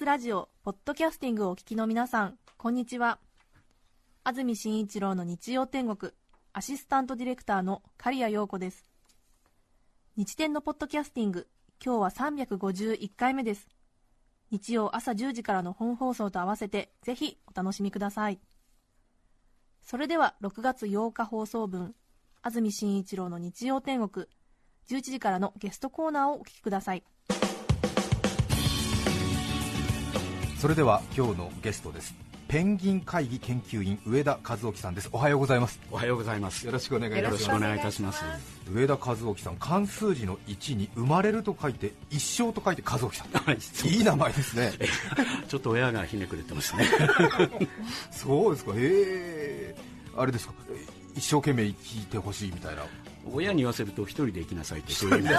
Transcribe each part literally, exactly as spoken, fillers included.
ス ラジオポッドキャスティングをお聞きの皆さん、こんにちは。安住紳一郎の日曜天国アシスタントディレクターの刈谷陽子です。日天のポッドキャスティング、今日はさんびゃくごじゅういっかいめです。日曜朝じゅうじからの本放送と合わせてぜひお楽しみください。それではろくがつようか放送分、安住紳一郎の日曜天国、じゅういちじからのゲストコーナーをお聞きください。 それでは今日のゲストです。ペンギン会議研究員上田和興さんです。おはようございます。 おはようございます。 よろしくお願いいたします。 よろしくお願いいたします。 上田和興さん、漢数字のいちに生まれると書いて一生と書いて和興さん、はい、いい名前ですね。 ちょっと親がひねくれてますね。 そうですか。えー、あれですか、一生懸命生きてほしいみたいな。 親に言わせると一人で生きなさいってそういう意味です。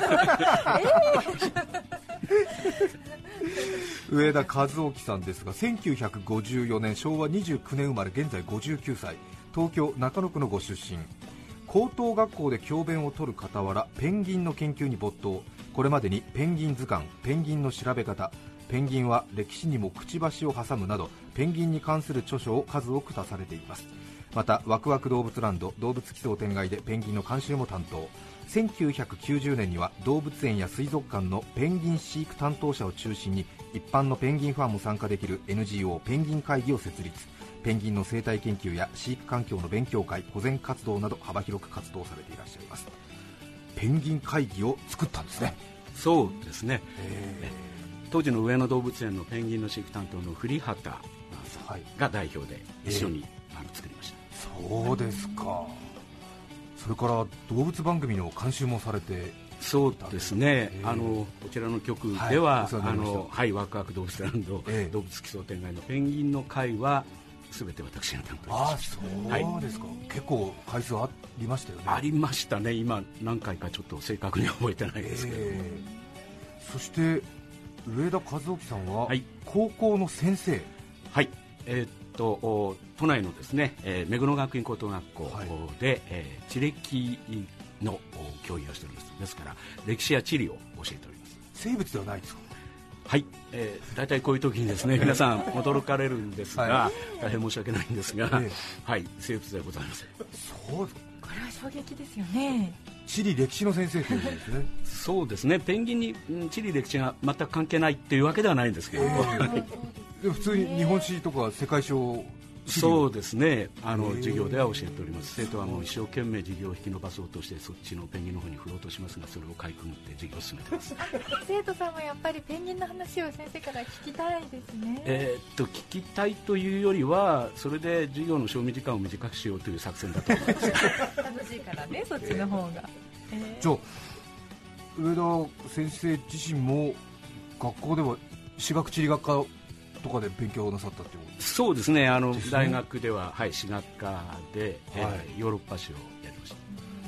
上田和興さんですが、せんきゅうひゃくごじゅうよねんしょうわにじゅうきゅうねん生まれ、現在ごじゅうきゅうさい、東京中野区のご出身。高等学校で教鞭を取る傍らペンギンの研究に没頭。これまでにペンギン図鑑、ペンギンの調べ方、ペンギンは歴史にもくちばしを挟むなど、ペンギンに関する著書を数多く出されています。またワクワク動物ランド動物奇想天外でペンギンの監修も担当。せんきゅうひゃくきゅうじゅうねんには動物園や水族館のペンギン飼育担当者を中心に一般のペンギンファンも参加できる エヌジーオー ペンギン会議を設立。ペンギンの生態研究や飼育環境の勉強会、保全活動など幅広く活動されていらっしゃいます。ペンギン会議を作ったんですね。 そうですね。当時の上野動物園のペンギンの飼育担当の栗畑さんが代表で一緒に、えー、あの作りました。 そうですか。それから動物番組の監修もされて。 そうですね、えー、あのこちらの局では、はい、あのはい、ワクワク動物ランド、えー、動物奇想天外のペンギンの会はすべて私が担当しました。 あ、そうですか、はい、結構回数ありましたよね。 ありましたね。今何回かちょっと正確に覚えてないですけど、えー、そして上田和興さんは、はい、高校の先生。 はい、えー、っと都内のですね、えー、目黒学院高等学校で、はい、えー、地歴の教員をしております。ですから歴史や地理を教えております。 生物ではないですか。 はい、えー、大体こういう時にですね皆さん驚かれるんですが、はい、大変申し訳ないんですが、えー、はい、生物ではございません。 そうですか。 これは衝撃ですよね。 地理歴史の先生ということですね。 そうですね、ペンギンに地理歴史が全く関係ないっていうわけではないんですけれども、えー、 でも普通に日本史とか世界史を。 そうですね、あの授業では教えております。生徒はもう一生懸命授業を引き伸ばそうとしてそっちのペンギンの方に振ろうとしますが、それをかいくぐって授業を進めてます。 生徒さんもやっぱりペンギンの話を先生から聞きたいですね。 えー、っと聞きたいというよりはそれで授業の賞味時間を短くしようという作戦だと思います。 楽しいからね、そっちの方が。 えー、じゃあ上田先生自身も学校では史学地理学科とかで勉強なさったってことですか。 そうですね、あの大学では、はい、史学科で、はい、えー、ヨーロッパ史をやりました。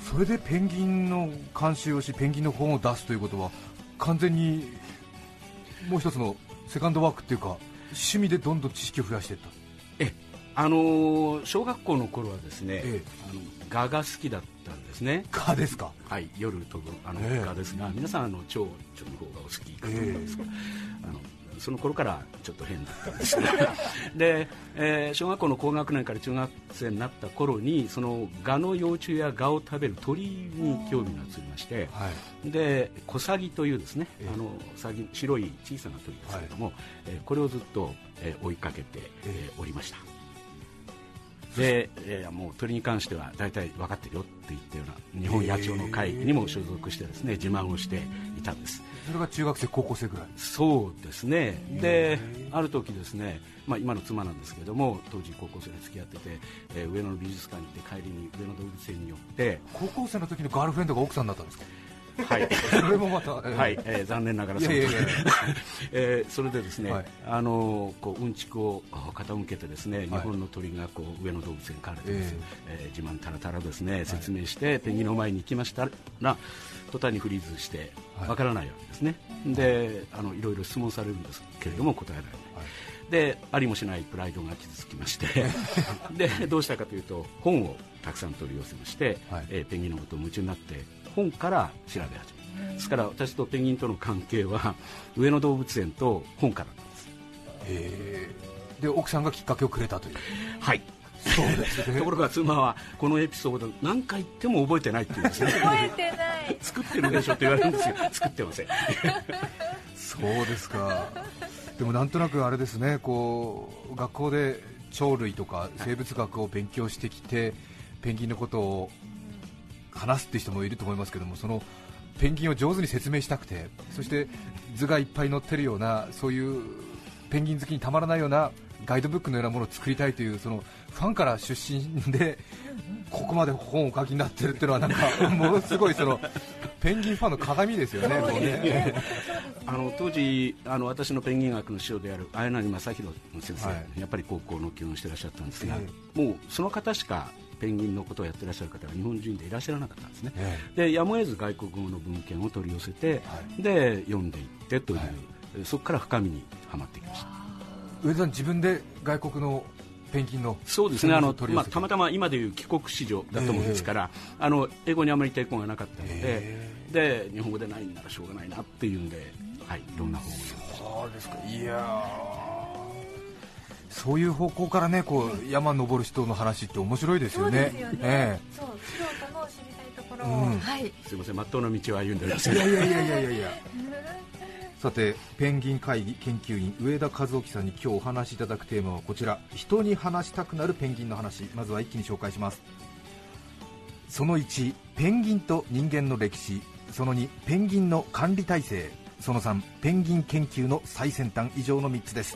それでペンギンの監修をしペンギンの本を出すということは完全にもう一つのセカンドワークっていうか趣味でどんどん知識を増やしていった。 えあのー、小学校の頃はですね、ええ、あの蛾が好きだったんですね。 蛾ですか。 はい、夜飛ぶあの蛾ですが、ええ、皆さんあの蝶々の方がお好きかと思うんですが、ええ、あのその頃からちょっと変だったんですね。で、えー、小学校の高学年から中学生になった頃にその蛾の幼虫や蛾を食べる鳥に興味が移りまして、はい、でコサギというですね、えー、あのサギ白い小さな鳥ですけれども、はい、えー、これをずっと、えー、追いかけて、えー、おりました。で、えー、もう鳥に関しては大体分かってるよって言ったような日本野鳥の会議にも所属してですね、自慢をしていたんです。 それが中学生高校生ぐらい。 そうですね。である時ですね、まあ、今の妻なんですけれども当時高校生で付き合ってて、えー、上野の美術館に行って帰りに上野動物園に寄って。 高校生の時のガールフレンドが奥さんだったんですか。 はい、 それもまた、えーはい、えー、残念ながらそうです。えー、それでですね、はい、あのこううんちくを傾けてですね、はい、日本の鳥がこう上野動物園に飼われてです、えーえー、自慢たらたらですね説明して、はい、ペンギンの前に行きましたら途端にフリーズしてわからないわけですね。はい、であのいろいろ質問されるんですけれども答えられない。はい、でありもしないプライドが傷つきましてでどうしたかというと本をたくさん取り寄せまして、はい、えー、ペンギンのことを夢中になって本から調べ始めですから私とペンギンとの関係は上野動物園と本からなんです。 へー。で奥さんがきっかけをくれたという。 はい、 そうですね。 ところが妻はこのエピソード何回言っても覚えてないって言うんですね。 覚えてない作ってるでしょって言われるんですよ。作ってません。 そうですか。でもなんとなくあれですね、こう学校で鳥類とか生物学を勉強してきてペンギンのことを話すって人もいると思いますけども、そのペンギンを上手に説明したくて、そして図がいっぱい載ってるような、そういうペンギン好きにたまらないようなガイドブックのようなものを作りたいという、そのファンから出身でここまで本をお書きになってるっていうのは、なんかものすごいそのペンギンファンの鏡ですよね。もうねあの当時あの私のペンギン学の師匠である綾成正弘先生、はい、やっぱり高校の教員をしていらっしゃったんですが、えー、もうその方しかペンギンのことをやっていらっしゃる方は日本人でいらっしゃらなかったんですね、えー、でやむを得ず外国語の文献を取り寄せて、はい、で読んでいってという、はい、そこから深みにはまってきました。 上田さん自分で外国のペンギンのそうですね、あの、まあ、たまたま今でいう帰国子女だったものですから、えー、あの英語にあまり抵抗がなかったので、えー、で日本語でないんならしょうがないなっていうんで、はい、いろんな本を読んで。 そうですか。いやそういう方向からね、こう山登る人の話って面白いですよね。 そうですよね、えー、そう素人の知りたいところを、うん、はい、 すいません、真っ当な道を歩んでおります。 いやいやいやいやいやいやさてペンギン会議研究員上田和興さんに今日お話しいただくテーマはこちら、人に話したくなるペンギンの話。まずは一気に紹介します。そのいち、ペンギンと人間の歴史。そのに、ペンギンの管理体制。そのさん、ペンギン研究の最先端。以上のみっつです。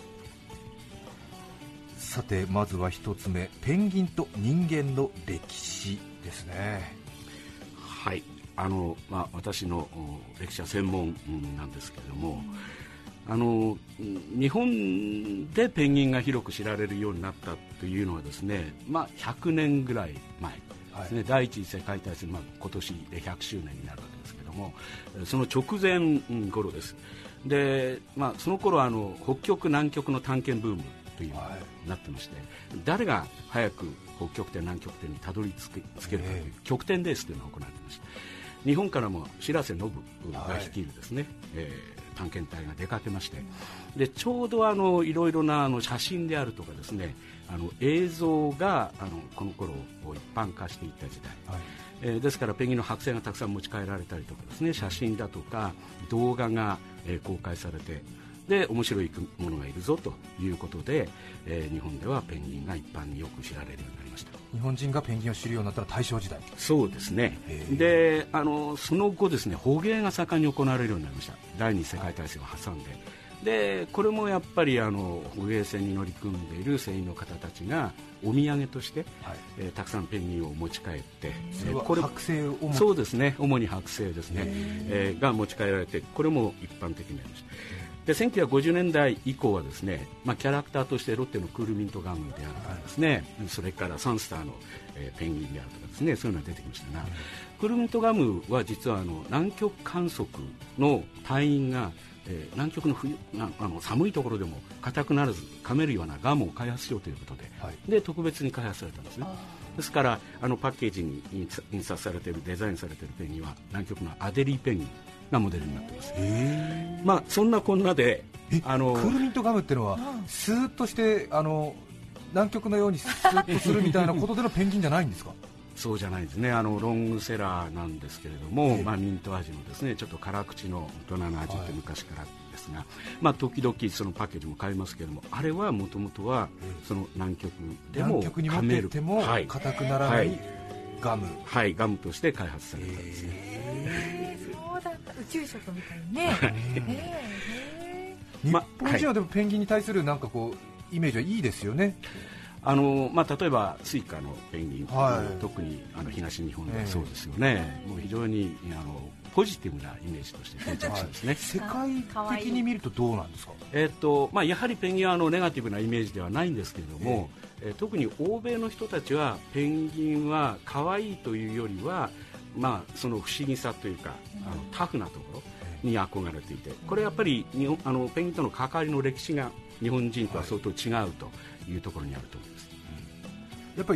さてまずはひとつめ、ペンギンと人間の歴史ですね。 はい、あのまあ、私の歴史は専門なんですけれども、あの日本でペンギンが広く知られるようになったというのはですね、まあ、ひゃくねんぐらい前ですね、はい、第一次世界大戦、まあ、今年でひゃくしゅうねんになるわけですけれども、その直前頃です。で、まあ、その頃はあの北極南極の探検ブームというのがなってまして、はい、誰が早く北極点南極点にたどり着けるかという極点レースというのが行われていました。日本からも白瀬信が率いるですね、はい、えー、探検隊が出かけまして、でちょうどあのいろいろなあの写真であるとかですね、あの映像があのこの頃一般化していった時代、はい、えー、ですからペンギンの剥製がたくさん持ち帰られたりとかですね、写真だとか動画が、えー、公開されて、で面白いものがいるぞということで、えー、日本ではペンギンが一般によく知られるようになりました。 日本人がペンギンを知るようになったら大正時代。 そうですね。であのその後ですね、捕鯨が盛んに行われるようになりました。第二次世界大戦を挟んで、でこれもやっぱりあの捕鯨船に乗り組んでいる船員の方たちがお土産として、はい、えー、たくさんペンギンを持ち帰って、 それは剥製をそうですね、主に剥製ですね、えー、が持ち帰られて、これも一般的になりました。でせんきゅうひゃくごじゅうねんだい以降はですね、まあ、キャラクターとしてロッテのクールミントガムであるとかですね、はい、それからサンスターの、えー、ペンギンであるとかですね、そういうのが出てきましたが、うん、クールミントガムは実はあの南極観測の隊員が、えー、南極の冬なあの寒いところでも硬くならず噛めるようなガムを開発しようということで、はい、で特別に開発されたんですね。ですからあのパッケージに印刷されているデザインされているペンギンは南極のアデリーペンギンがモデルになっています。まあそんなこんなであのクールミントガムっていうのはスーッとしてあの南極のようにスーッとするみたいなことでのペンギンじゃないんですか？ そうじゃないですね。あのロングセラーなんですけれども、まあ、ミント味のですねちょっと辛口の大人の味って昔からですが、はい、まあ、時々そのパッケージも買いますけれども、あれはもともとはその南極でも南極に持っていっても硬くならない、はい、ガム、 はい、ガムとして開発されたんですね。 えー、そうだった。宇宙食みたいにね。 えー、日本人はでもペンギンに対するなんかこうイメージはいいですよね。 あのまあ、例えばスイカのペンギン、はい、特にあの東日本ではそうですよね、えー、もう非常にあのポジティブなイメージとして定着したんですね、 はい、世界的に見るとどうなんですか？ えーっとまあ、やはりペンギンはあのネガティブなイメージではないんですけれども、えー、特に欧米の人たちはペンギンは可愛いというよりは、まあ、その不思議さというか、あのタフなところに憧れていて、これやっぱり日本あのペンギンとの関わりの歴史が日本人とは相当違うというところにあると思います。 やっぱり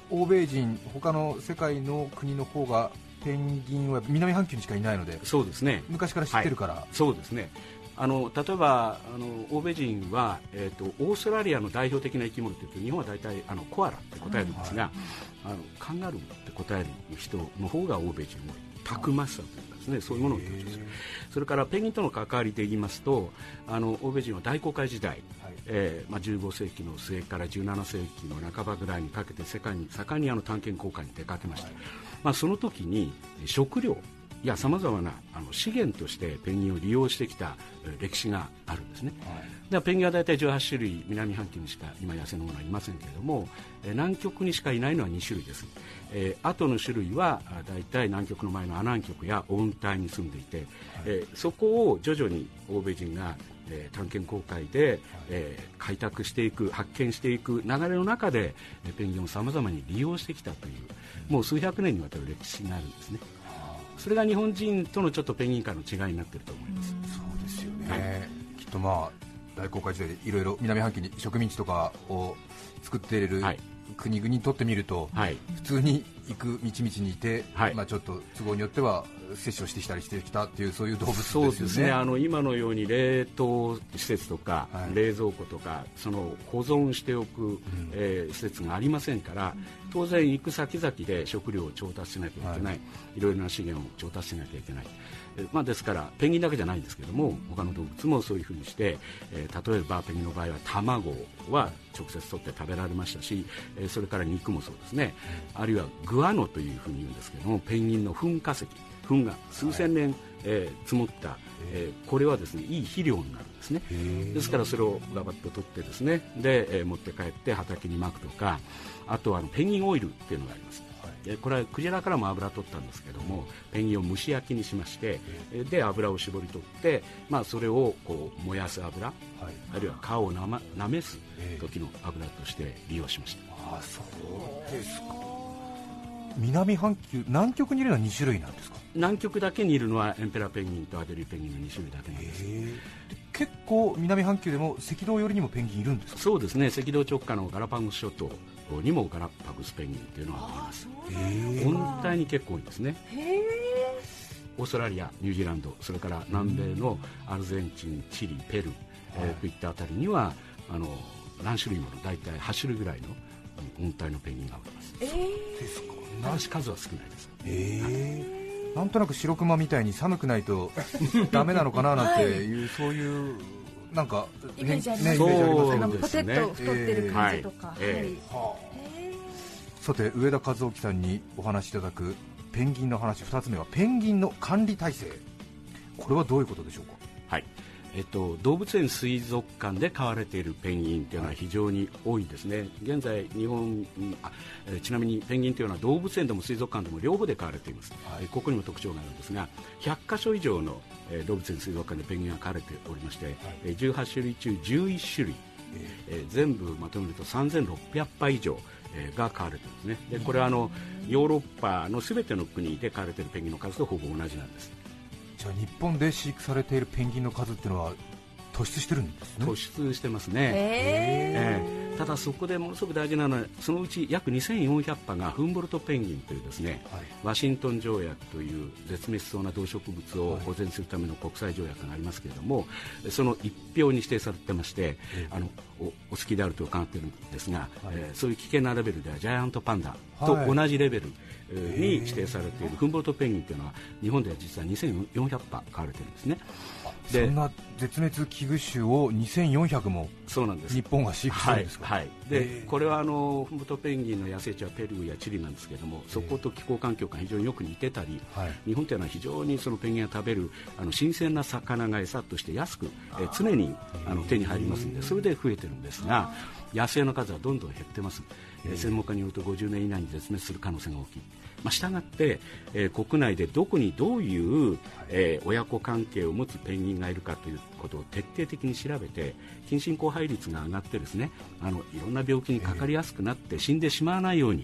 欧米人、他の世界の国の方がペンギンは南半球にしかいないので、 そうですね、 昔から知ってるから、はい、 そうですね、あの例えばあの欧米人は、えーと、オーストラリアの代表的な生き物というと日本は大体あのコアラって答えるんですが、うん、はい、あのカンガルーって答える人の方が欧米人のたくましさというかですね、そういうものを強調する。それからペンギンとの関わりで言いますと、あの欧米人は大航海時代、はい、えーまあ、じゅうごせいきの末からじゅうななせいきの半ばぐらいにかけて世界に盛んにあの探検航海に出かけました、はい、まあ、その時に食料いやさまざまなあの資源としてペンギンを利用してきた歴史があるんですね、はい、でペンギンは大体じゅうはちしゅるい南半球にしか今野生のものはいませんけれども、え南極にしかいないのはにしゅるいです、えー、後の種類は大体南極の前の亜南極や温帯に住んでいて、はい、えー、そこを徐々に欧米人がえー、探検航海で、はい、えー、開拓していく発見していく流れの中で、えー、ペンギンをさまざまに利用してきたという、うん、もう数百年にわたる歴史があるんですね。それが日本人とのちょっとペンギン界の違いになっていると思います。 そうですよね、はい、きっとまあ大航海時代でいろいろ南半球に植民地とかを作っている、はい、国々にとってみると、はい、普通に行く道々にいて、はい、まあ、ちょっと都合によっては摂取をしてきたりしてきたっていうそういう動物ですよね。 そうですね、あの今のように冷凍施設とか、はい、冷蔵庫とかその保存しておく、うん、えー、施設がありませんから、当然行く先々で食料を調達しなきゃいけない、はい、いろいろな資源を調達しなきゃいけない、えーまあ、ですからペンギンだけじゃないんですけども他の動物もそういうふうにして、えー、例えばペンギンの場合は卵は直接取って食べられましたし、えー、それから肉もそうですね、うん、あるいはグアノというふうに言うんですけどもペンギンの糞化石、糞が数千年、はい、えー、積もった、えー、これはですねいい肥料になるんですね。ですからそれをガバッと取ってですねで、えー、持って帰って畑にまくとか、あとはあのペンギンオイルっていうのがあります、はい、でこれはクジラからも油取ったんですけども、ペンギンを蒸し焼きにしまして、で油を絞り取って、まあ、それをこう燃やす油、はい、あるいは皮をな、ま、なめす時の油として利用しました。 あ、そうですか。南半球、南極にいるのはにしゅるいなんですか。 南極だけにいるのはエンペラペンギンとアデリーペンギンのにしゅるいだけなんです。 結構南半球でも赤道寄りにもペンギンいるんですか。 そうですね、赤道直下のガラパゴス諸島にもガラパゴスペンギンというのはあります。温帯に結構多いですね。オーストラリア、ニュージーランド、それから南米のアルゼンチン、チリ、ペルー、えー、といったあたりにはあの何種類もの大体はちしゅるいぐらいの温帯のペンギンがおります。 えー、ですか。 ただし数は少ないです。 えー、なんとなく白熊みたいに寒くないとダメなのかななんていう、はい、そういうなんかイメージありますね。ポテッと太ってる感じとか。 さて上田和興さんにお話しいただくペンギンの話、ふたつめはペンギンの管理体制、これはどういうことでしょうか。 はい、えっと、動物園水族館で飼われているペンギンというのは非常に多いんですね、はい、現在日本あちなみにペンギンというのは動物園でも水族館でも両方で飼われています、はい、ここにも特徴があるんですがひゃっかしょ以上の、えー、動物園水族館でペンギンが飼われておりまして、はい、じゅうはちしゅるい中じゅういっしゅるい、えーえー、全部まとめるとさんぜんろっぴゃくぱい以上、えー、が飼われているんですね。でこれはあのヨーロッパのすべての国で飼われているペンギンの数とほぼ同じなんです。 じゃあ日本で飼育されているペンギンの数っていうのは突出してるんですね。 突出してますね、えー、ただそこでものすごく大事なのはそのうち約にせんよんひゃくはがフンボルトペンギンというですね、はい、ワシントン条約という絶滅しそうな動植物を保全するための国際条約がありますけれども、はい、その一票に指定されてまして、えー、あの お, お好きであると伺っているんですが、はい、えー、そういう危険なレベルではジャイアントパンダと同じレベル、はい、に指定されているフンボルトペンギンというのは日本では実はにせんよんひゃくは飼われているんですね。 そんな絶滅危惧種をにせんよんひゃくも日本が飼育してるんですか。 はいはい、でこれはあのフンボルトペンギンの野生地はペルーやチリなんですけれども、そこと気候環境が非常によく似てたり、はい、日本というのは非常にそのペンギンが食べるあの新鮮な魚が餌として安くえ常にあの手に入りますので、それで増えてるんですが野生の数はどんどん減ってます。え専門家によるとごじゅうねん以内に絶滅する可能性が大きい。まあ、したがって、えー、国内でどこにどういう、えー、親子関係を持つペンギンがいるかということを徹底的に調べて近親交配率が上がってですね、あのいろんな病気にかかりやすくなって死んでしまわないように、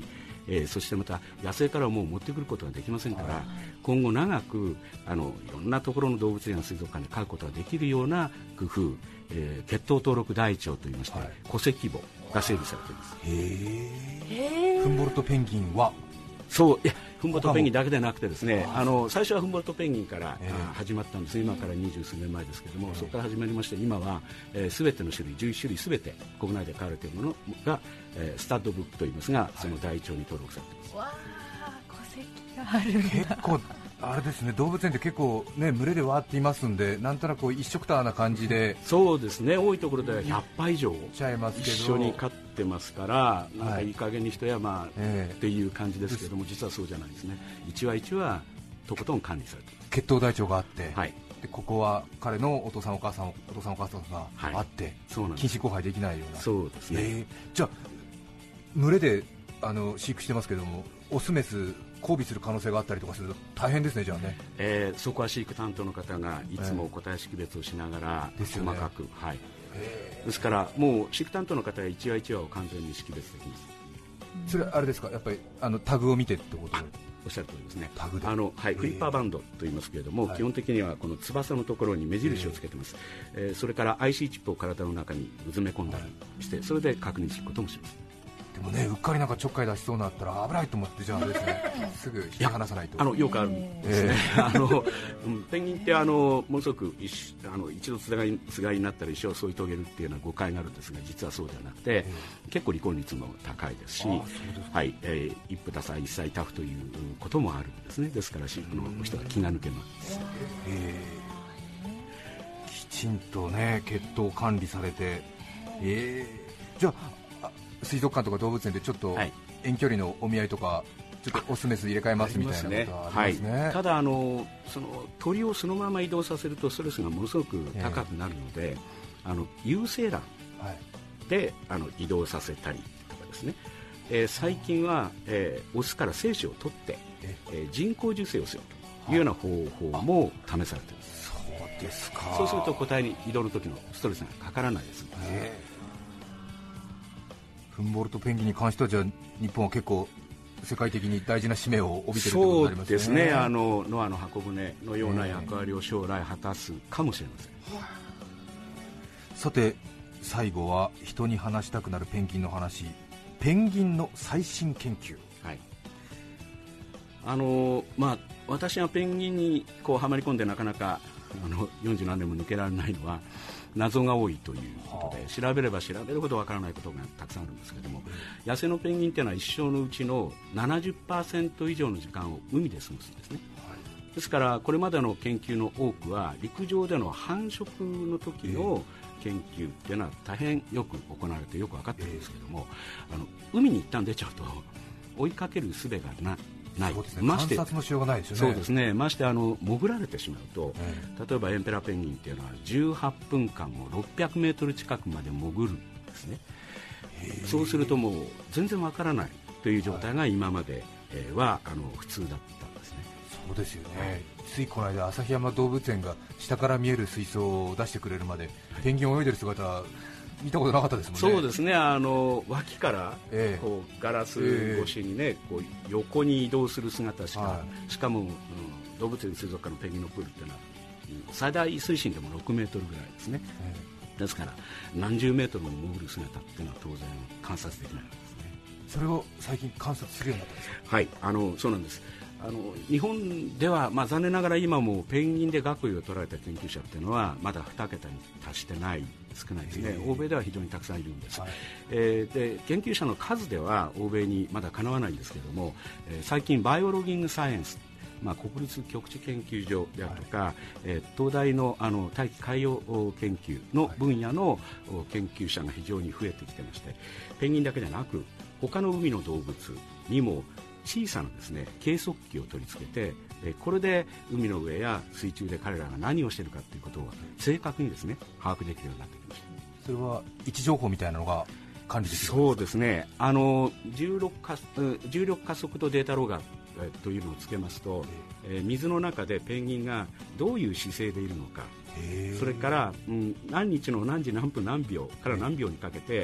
えー、そしてまた野生からはもう持ってくることができませんから、今後長くあのいろんなところの動物園や水族館で飼うことができるような工夫、えー、血統登録台帳といいまして、はい、戸籍簿が整備されています。 へー。フンボルトペンギンはそういやフンボルトペンギンだけでなくてですね、あの最初はフンボルトペンギンから、えー、始まったんです。今から二十数年前ですけれども、えー、そこから始まりまして今は、えー、全ての種類じゅういち種類全て国内で飼われているものが、えー、スタッドブックといいますが、その台帳に登録されています。 わあ、戸籍があるんだ。 結構あれですね、動物園って結構ね群れでわーっていますんで、なんとなく一緒くたな感じで。 そうですね、多いところではひゃっぱい以上一緒に飼ってますから、なんかいい加減に一山、えー、っていう感じですけども、実はそうじゃないですね。一羽一羽とことん管理されています。 血統台帳があって、 はい、 でここは彼のお父さんお母さんお父さんお母さんがあって、はい、 そうなんです。 禁止交配できないような。 そうですね、 えー、じゃあ群れであの飼育してますけども、オスメス交尾する可能性があったりとかすると大変ですね。じゃあね、 えー、そこは飼育担当の方がいつも個体識別をしながら、えー、細かく、はい、ですからもう飼育担当の方が一羽一羽を完全に識別できます。 それあれですか、やっぱりあのタグを見てってことで。 おっしゃる通りですね。 タグであの、はい、フリッパーバンドと言いますけれども、はい、基本的にはこの翼のところに目印をつけてます、えー、それから アイシー チップを体の中にうずめ込んだりして、それで確認することもします。 でもね、うっかりなんかちょっかい出しそうになったら危ないと思って、じゃああれですね、すぐ引き離さないと。 あのよくあるんですね、えー、あのペンギンってあのものすごく一あの一度つがいつがいになったら一生添い遂げるっていうような誤解があるんですが、実はそうではなくて、えー、結構離婚率も高いですし、はい、えー、一夫多妻一妻多夫ということもあるんですね。ですから飼育の人が気が抜けます、 えー、きちんとね血統管理されて、えー、じゃあ水族館とか動物園でちょっと遠距離のお見合いとか、ちょっとオスメス入れ替えますみたいなことはありますね。 はい、ただあのその鳥をそのまま移動させるとストレスがものすごく高くなるので、えー、あの有精卵で、はい、あの移動させたりとかですね、えー、最近は、えー、オスから精子を取って、えー、人工授精をするというような方法も試されています。 そうですか。 そうすると個体に移動の時のストレスがかからないです、 えーフンボルトペンギンに関しては、じゃあ日本は結構世界的に大事な使命を帯びているということになりますね。 そうですね、あのノアの箱舟のような役割を将来果たすかもしれません、えー、さて最後は人に話したくなるペンギンの話、ペンギンの最新研究。 はい、あのまあ、私がペンギンにこうはまり込んでなかなかあのよんじゅうなんねんも抜けられないのは謎が多いということで、調べれば調べるほどわからないことがたくさんあるんですけれども、野生のペンギンというのは一生のうちの ななじゅっパーセント 以上の時間を海で過ごすんですね。ですからこれまでの研究の多くは陸上での繁殖の時の研究というのは大変よく行われてよく分かっているんですけれども、あの海に一旦出ちゃうと追いかける術がなない。 そうですね、まして観察のしようがないですよね。 そうですね、ましてあの潜られてしまうと、えー、例えばエンペラペンギンというのはじゅうはっぷんかんをろっぴゃくメートル近くまで潜るんですね。そうするともう全然わからないという状態が今まではあの普通だったんですね。 そうですよね、ついこの間旭山動物園が下から見える水槽を出してくれるまで、はい、ペンギン泳いでる姿見たことなかったですもんね。 そうですね、あの脇からこうガラス越しに、ね、こう横に移動する姿しか、はい、しかも、うん、動物園水族館のペンギンのプールっていうのは最大水深でもろくメートルぐらいですね、えー、ですから何十メートルも潜る姿っていうのは当然観察できないわけですね。 それを最近観察するようになったんですか。 はい、あのそうなんです。あの日本では、まあ、残念ながら今もペンギンで学位を取られた研究者っていうのはまだに桁に達してない、少ないですね。欧米では非常にたくさんいるんです、はい、えー、で研究者の数では欧米にまだかなわないんですけれども、えー、最近バイオロギングサイエンス、まあ、国立極地研究所であるとか、はい、えー、東大 の, あの大気海洋研究の分野の研究者が非常に増えてきてまして、ペンギンだけでなく他の海の動物にも小さなですね計測器を取り付けて、えこれで海の上や水中で彼らが何をしているかということを正確にですね把握できるようになってきました。 それは位置情報みたいなのが管理できるんですか。 そうですね、あの重力加重力加速度データロガーというのをつけますと、えー、水の中でペンギンがどういう姿勢でいるのか、それから、うん、何日の何時何分何秒から何秒にかけて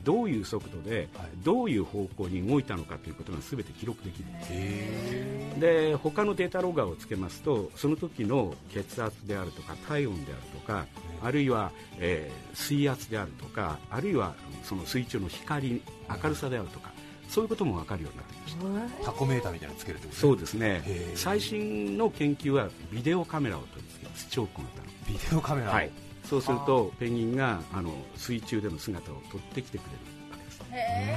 どういう速度で、はい、どういう方向に動いたのかということが全て記録できるんです。へー。で他のデータロガーをつけますとその時の血圧であるとか体温であるとかあるいは、えー、水圧であるとかあるいはその水中の光明るさであるとかそういうことも分かるようになってきました。 タコメーターみたいなのつけるってことですね。 そうですね。最新の研究はビデオカメラを取り付けます。超小型のビデオカメラを、はい、 そうするとペンギンがあの水中での姿を撮ってきてくれるわけです。へ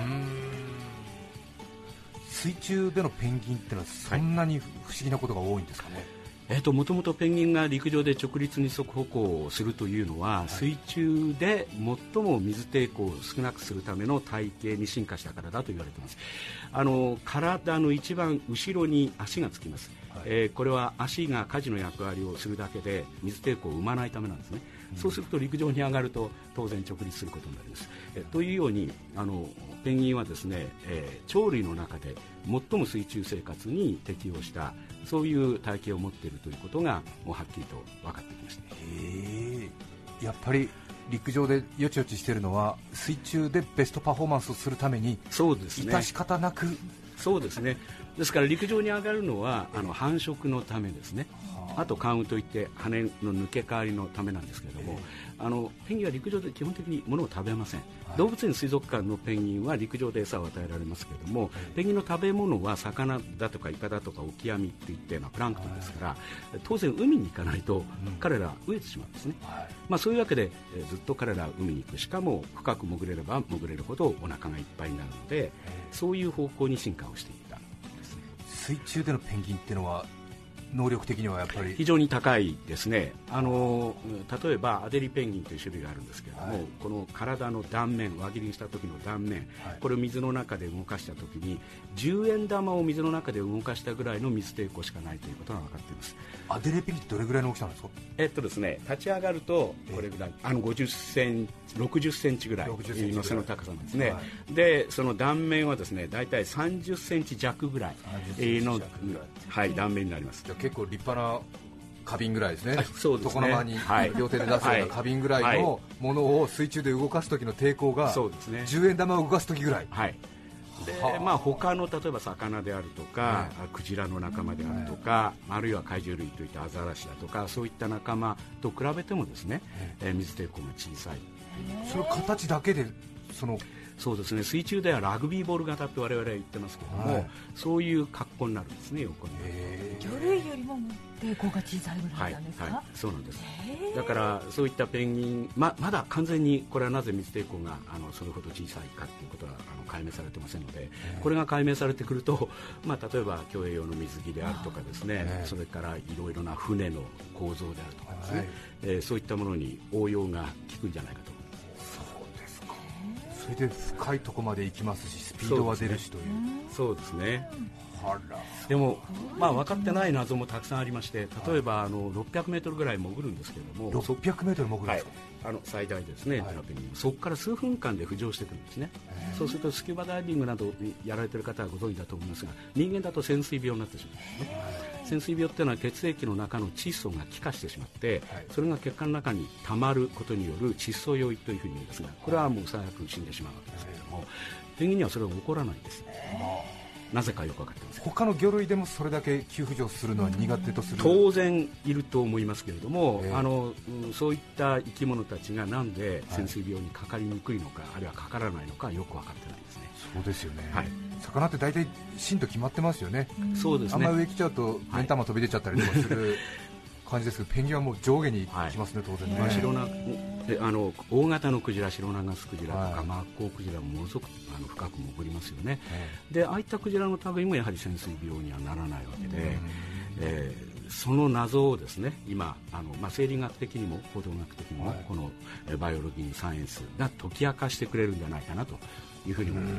ー。水中でのペンギンってのはそんなに不思議なことが多いんですかね。はい、 えー、ともともとペンギンが陸上で直立二足歩行をするというのは、はい、水中で最も水抵抗を少なくするための体型に進化したからだと言われています。あの体の一番後ろに足がつきます。はい、えー、これは足が舵の役割をするだけで水抵抗を生まないためなんですね。うん、そうすると陸上に上がると当然直立することになります。えー、というようにあのペンギンはですね、えー、鳥類の中で最も水中生活に適応したそういう体型を持っているということがもうはっきりと分かってきました。 へー。やっぱり陸上でよちよちしているのは水中でベストパフォーマンスをするためにそうですね、 致し方なくそうですね。ですから陸上に上がるのはあの繁殖のためですね。あとカウンといって羽の抜け替わりのためなんですけれども、あのペンギンは陸上で基本的に物を食べません。動物園水族館のペンギンは陸上で餌を与えられますけれども、ペンギンの食べ物は魚だとかイカだとかオキアミといったようなプランクトンですから、当然海に行かないと彼らは飢えてしまうんですね。まあ、そういうわけでずっと彼らは海に行く。しかも深く潜れれば潜れるほどお腹がいっぱいになるので、そういう方向に進化をしていったんですね。 水中でのペンギンっていうのは能力的にはやっぱり非常に高いですね。あの例えばアデリペンギンという種類があるんですけれども、はい、この体の断面、輪切りにした時の断面、はい、これを水の中で動かした時にじゅうえん玉を水の中で動かしたぐらいの水抵抗しかないということが分かっています。 アデリペンギンってどれぐらいの大きさなんですか？ えっとですね、立ち上がるとこれぐらい、あのごじゅっセンチ、ろくじゅっセンチぐらいの背の高さなんですね。はい、でその断面はですね、だいたいさんじゅっセンチ弱ぐらいの、はい、断面になります。 じゃ結構立派な花瓶ぐらいですね。 そうですね。 床の間に両手で出すような花瓶ぐらいのものを水中で動かす時の抵抗がじゅうえん玉を動かす時ぐらい。 はい。でまあ、他の例えば魚であるとか、はい、クジラの仲間であるとか、はい、あるいは怪獣類といったアザラシだとかそういった仲間と比べてもですね、えー、水抵抗が小さい。 その形だけでそのそうですね、水中ではラグビーボール型って我々は言ってますけども、はい、そういう格好になるんですね。横に魚類よりも抵抗が小さいぐらいなんですか？ はいはい、そうなんです。だからそういったペンギン ま, まだ完全にこれはなぜ水抵抗があのそれほど小さいかということはあの解明されてませんので、これが解明されてくると、まあ、例えば競泳用の水着であるとかですね、それからいろいろな船の構造であるとかですね、はい、えー、そういったものに応用が効くんじゃないかと。 それで深いところまで行きますし、スピードは出るしという。 そうですね。 はら。 でも、まあ、分かってない謎もたくさんありまして、例えばあのろっぴゃくメートルぐらい潜るんですけれども、 ろっぴゃくメートル潜るんですか？ はい、あの最大ですね、はい、そこから数分間で浮上してくるんですね。そうするとスキューバダイビングなどやられている方はご存知だと思いますが、人間だと潜水病になってしまうんですね。潜水病っていうのは血液の中の窒素が気化してしまって、はい、それが血管の中に溜まることによる窒素酔いというふうに言うんですが、これはもう最悪死んでしまうわけですけれども、ペンギンにはそれは起こらないんです。なぜかよく分かってます。 他の魚類でもそれだけ急浮上するのは苦手とする？ 当然いると思いますけれども、あのそういった生き物たちがなんで潜水病にかかりにくいのか、はい、あるいはかからないのかよく分かってないですね。 そうですよね、 はい、 魚って大体芯と決まってますよね。 そうですね。 あんまり上来ちゃうと目ん玉飛び出ちゃったりとかする、はい感じですけど、ペンギンはもう上下に来ますね、はい、当然ね。まあ、白なあの大型のクジラ、シロナガスクジラとか、はい、マッコウクジラもものすごくあの深く潜りますよね、はい、でああいったクジラの類もやはり潜水病にはならないわけで、えー、その謎をですね今あの、まあ、生理学的にも行動学的にも、はい、このバイオロギーサイエンスが解き明かしてくれるんじゃないかなというふうに思います。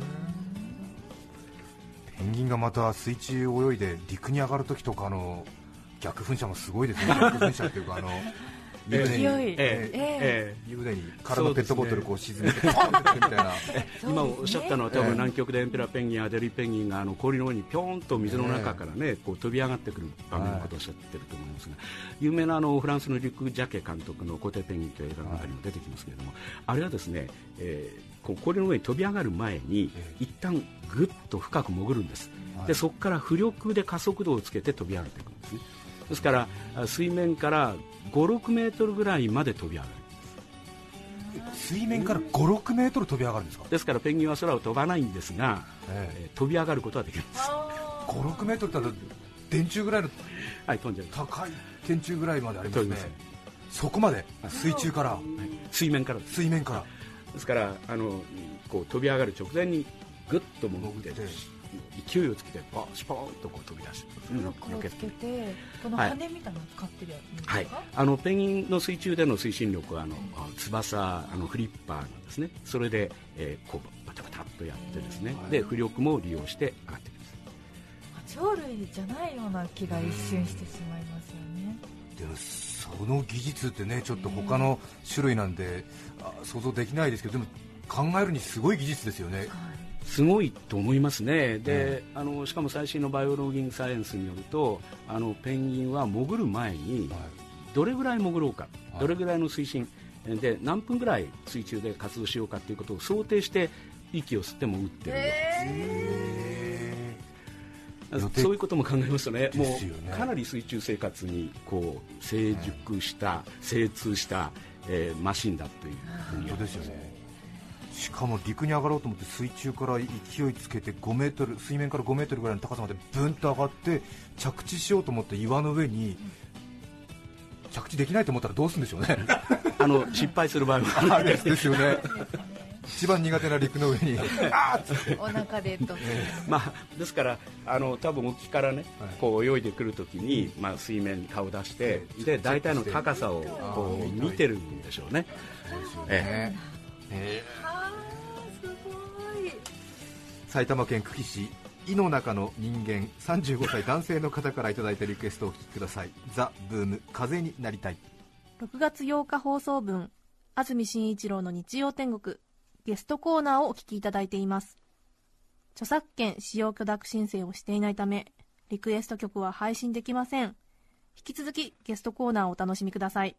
ペンギンがまた水中泳いで陸に上がるときとかの逆噴射もすごいですね。逆噴射というかあの湯船に、 勢い、 えええ湯船に空のペットボトルこう沈めてポンってみたいな今おっしゃったのは多分南極でエンペラペンギン、アデリーペンギンがあの氷の上にぴょんと水の中からね、こう飛び上がってくる場面のことをおっしゃってると思いますが、有名なあのフランスのリュック・ジャケ監督のコテペンギンという映画の中にも出てきますけれども、あれはですね、えー、こう氷の上に飛び上がる前に一旦ぐっと深く潜るんです。でそこから浮力で加速度をつけて飛び上がっていくんですね。ですから水面からご、ろくメートルぐらいまで飛び上がる。 水面からご、ろくメートル飛び上がるんですか。 ですからペンギンは空を飛ばないんですが、えええー、飛び上がることはできるんです。 ご、ろくメートルって言ったら電柱ぐらいの、 はい、飛んじゃう高い電柱ぐらいまでありますね。そこまで水中から、はい、 水面から水面からですからあのこう飛び上がる直前にぐっと潜って勢いをつけてパシポーンとこう飛び出して、 ロックをつけてこの羽みたいなのを使ってるやつですか。 はい、あのペンギンの水中での推進力はあの翼あのフリッパーなんですね。それで、えー、こうバタバタっとやってですね、で浮力も利用して上がってきます。 鳥類じゃないような気が一瞬してしまいますよね。 でもその技術ってねちょっと他の種類なんで、あ想像できないですけど、でも考えるにすごい技術ですよね。 すごいと思いますね。で、うん、あのしかも最新のバイオロギングサイエンスによると、あのペンギンは潜る前にどれぐらい潜ろうか、はい、どれぐらいの水深で何分ぐらい水中で活動しようかということを想定して息を吸って潜ってるんです。へー、そういうことも考えますと ね, ねもうかなり水中生活にこう成熟した、うん、精通した、えー、マシンだというふうに本当ですよね。しかも陸に上がろうと思って水中から勢いつけてごメートル、水面からごメートルぐらいの高さまでブンと上がって着地しようと思って岩の上に着地できないと思ったらどうするんでしょうね。 あの失敗する場合もあるんですよね。一番苦手な陸の上にあお腹でと、 まあ、ですからあの多分沖からね、はい、こう泳いでくるときに、まあ、水面に顔を出して、で大体の高さをこう見てるんでしょうね。 えええー埼玉県久喜市井の中の人間さんじゅうごさい男性の方からいただいたリクエストをお聞きください。ザ・ブーム風になりたい。 ろくがつようか放送分、安住紳一郎の日曜天国ゲストコーナーをお聞きいただいています。著作権使用許諾申請をしていないためリクエスト曲は配信できません。引き続きゲストコーナーをお楽しみください。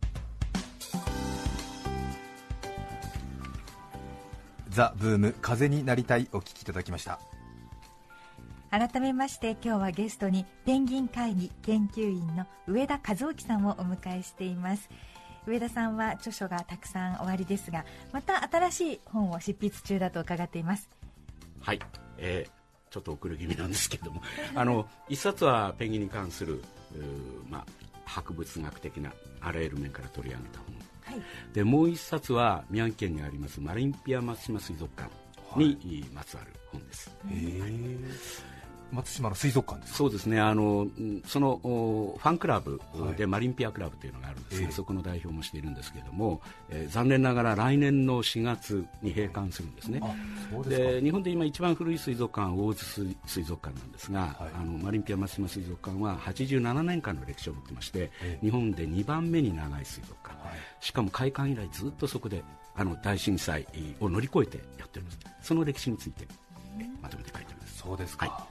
ザ・ブーム風になりたいお聞きいただきました。 改めまして今日はゲストにペンギン会議研究員の上田和興さんをお迎えしています。上田さんは著書がたくさんおありですが、また新しい本を執筆中だと伺っています。 はい、えー、ちょっと遅れ気味なんですけれどもあの一冊はペンギンに関する、まあ、博物学的なあらゆる面から取り上げた本、はい、でもう一冊は宮城県にありますマリンピア松島水族館にまつわる本です。 へー、松島の水族館ですか。 そうですね、あのそのファンクラブでマリンピアクラブというのがあるんですが、はい、そこの代表もしているんですけれども、えー、残念ながら来年のしがつに閉館するんですね。 あ、そうですか。 で日本で今一番古い水族館は魚津水族館なんですが、はい、あのマリンピア松島水族館ははちじゅうななねんかんの歴史を持ってまして、えー、日本でにばんめに長い水族館、はい、しかも開館以来ずっとそこであの大震災を乗り越えてやってるんです。その歴史についてまとめて書いてあります。 そうですか、 はい、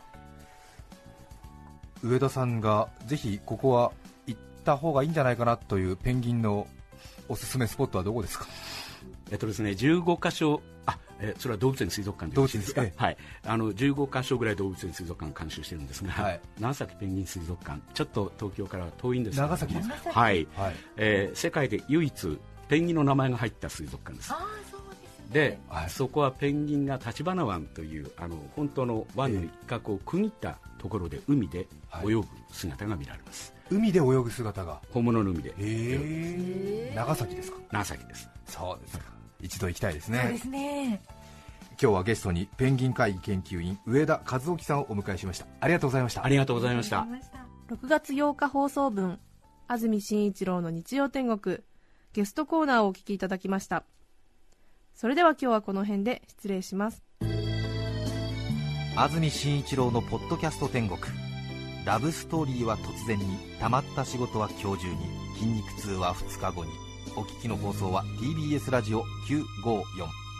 上田さんがぜひここは行った方がいいんじゃないかなというペンギンのおすすめスポットはどこですか。 えっとですね、じゅうごかしょ、あ、えそれは動物園水族館でよろしいですか。はい、あのじゅうごかしょぐらい動物園水族館監修してるんですが、はい、長崎ペンギン水族館、ちょっと東京から遠いんですけども、 長崎ですか。 はい、はい、えー、世界で唯一ペンギンの名前が入った水族館です。 あ、そうですね。 で、はい、そこはペンギンが橘湾というあの本当の湾の一角を区切ったところで海で泳ぐ姿が見られます。 はい、海で泳ぐ姿が本物の海で。 へー、長崎ですか。 長崎です。 そうですか、一度行きたいですね。 そうですね。 今日はゲストにペンギン会議研究員上田和興さんをお迎えしました。ありがとうございました。 ありがとうございました。 ろくがつようか放送分、安住紳一郎の日曜天国ゲストコーナーをお聞きいただきました。それでは今日はこの辺で失礼します。 安住紳一郎のポッドキャスト天国。ラブストーリーは突然に、たまった仕事は今日中に、筋肉痛はふつかごに、 お聞きの放送は ティービーエス ラジオきゅうごよん。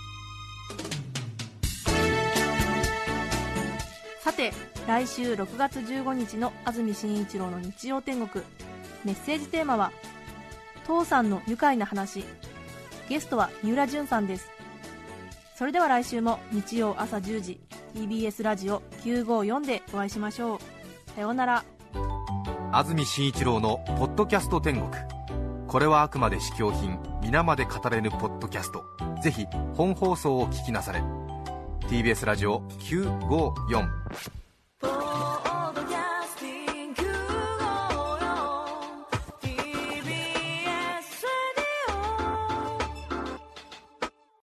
さて、来週ろくがつじゅうごにちの安住紳一郎の日曜天国、メッセージテーマは父さんの愉快な話。ゲストは三浦淳さんです。それでは来週も日曜朝じゅうじ ティービーエス ラジオきゅうごよんでお会いしましょう。さようなら。 安住紳一郎のポッドキャスト天国、これはあくまで試供品、皆まで語れぬポッドキャスト。ぜひ本放送を聞きなされ。 ティービーエス ラジオきゅうごよん。